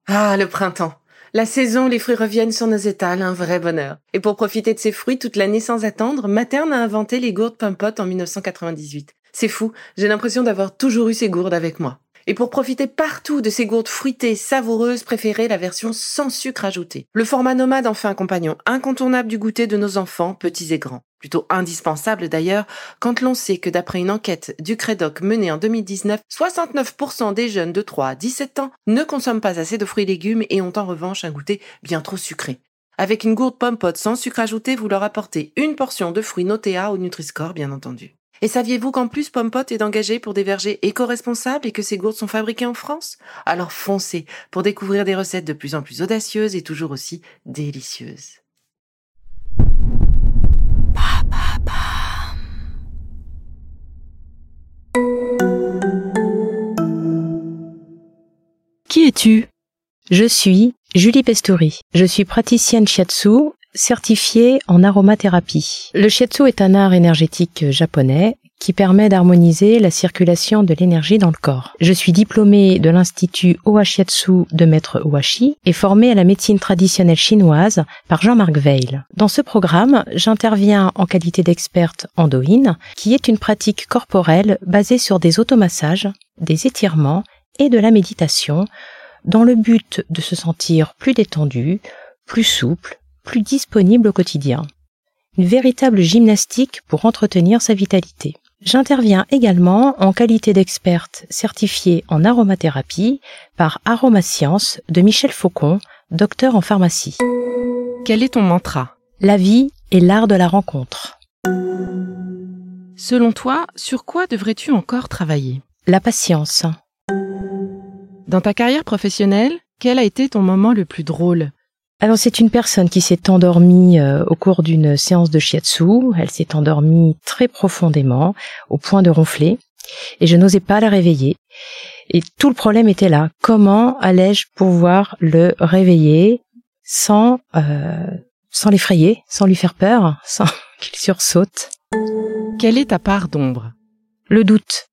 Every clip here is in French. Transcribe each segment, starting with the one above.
Ah, le printemps. La saison où les fruits reviennent sur nos étals, un vrai bonheur. Et pour profiter de ces fruits toute l'année sans attendre, Materne a inventé les gourdes Pump-Pot en 1998. C'est fou, j'ai l'impression d'avoir toujours eu ces gourdes avec moi. Et pour profiter partout de ces gourdes fruitées, savoureuses, préférez la version sans sucre ajouté. Le format nomade en fait un compagnon incontournable du goûter de nos enfants, petits et grands. Plutôt indispensable d'ailleurs, quand l'on sait que d'après une enquête du Crédoc menée en 2019, 69% des jeunes de 3 à 17 ans ne consomment pas assez de fruits et légumes et ont en revanche un goûter bien trop sucré. Avec une gourde Pump-Pot sans sucre ajouté, vous leur apportez une portion de fruits notés A au Nutri-Score, bien entendu. Et saviez-vous qu'en plus Pump-Pot est engagé pour des vergers éco-responsables et que ces gourdes sont fabriquées en France? Alors foncez pour découvrir des recettes de plus en plus audacieuses et toujours aussi délicieuses. Qui es-tu? Je suis Julie Pestori. Je suis praticienne shiatsu, certifiée en aromathérapie. Le shiatsu est un art énergétique japonais qui permet d'harmoniser la circulation de l'énergie dans le corps. Je suis diplômée de l'Institut Oha Shiatsu de Maître Ohashi et formée à la médecine traditionnelle chinoise par Jean-Marc Weil. Dans ce programme, j'interviens en qualité d'experte en Do-in, qui est une pratique corporelle basée sur des automassages, des étirements et de la méditation, dans le but de se sentir plus détendu, plus souple, plus disponible au quotidien. Une véritable gymnastique pour entretenir sa vitalité. J'interviens également en qualité d'experte certifiée en aromathérapie par Aromascience de Michel Faucon, docteur en pharmacie. Quel est ton mantra? La vie est l'art de la rencontre. Selon toi, sur quoi devrais-tu encore travailler? La patience. Dans ta carrière professionnelle, quel a été ton moment le plus drôle? Alors c'est une personne qui s'est endormie au cours d'une séance de shiatsu. Elle s'est endormie très profondément, au point de ronfler, et je n'osais pas la réveiller. Et tout le problème était là. Comment allais-je pouvoir le réveiller sans l'effrayer, sans lui faire peur, sans qu'il sursaute? Quelle est ta part d'ombre? Le doute.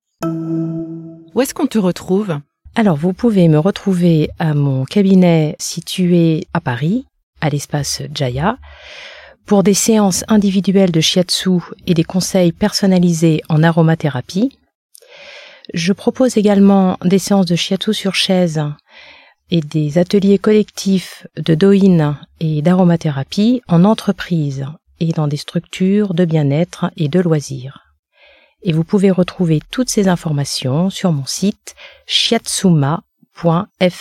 Où est-ce qu'on te retrouve? Alors, vous pouvez me retrouver à mon cabinet situé à Paris, à l'espace Jaya, pour des séances individuelles de shiatsu et des conseils personnalisés en aromathérapie. Je propose également des séances de shiatsu sur chaise et des ateliers collectifs de do-in et d'aromathérapie en entreprise et dans des structures de bien-être et de loisirs. Et vous pouvez retrouver toutes ces informations sur mon site shiatsuma.fr.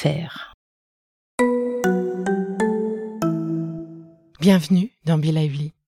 Bienvenue dans Be Lively.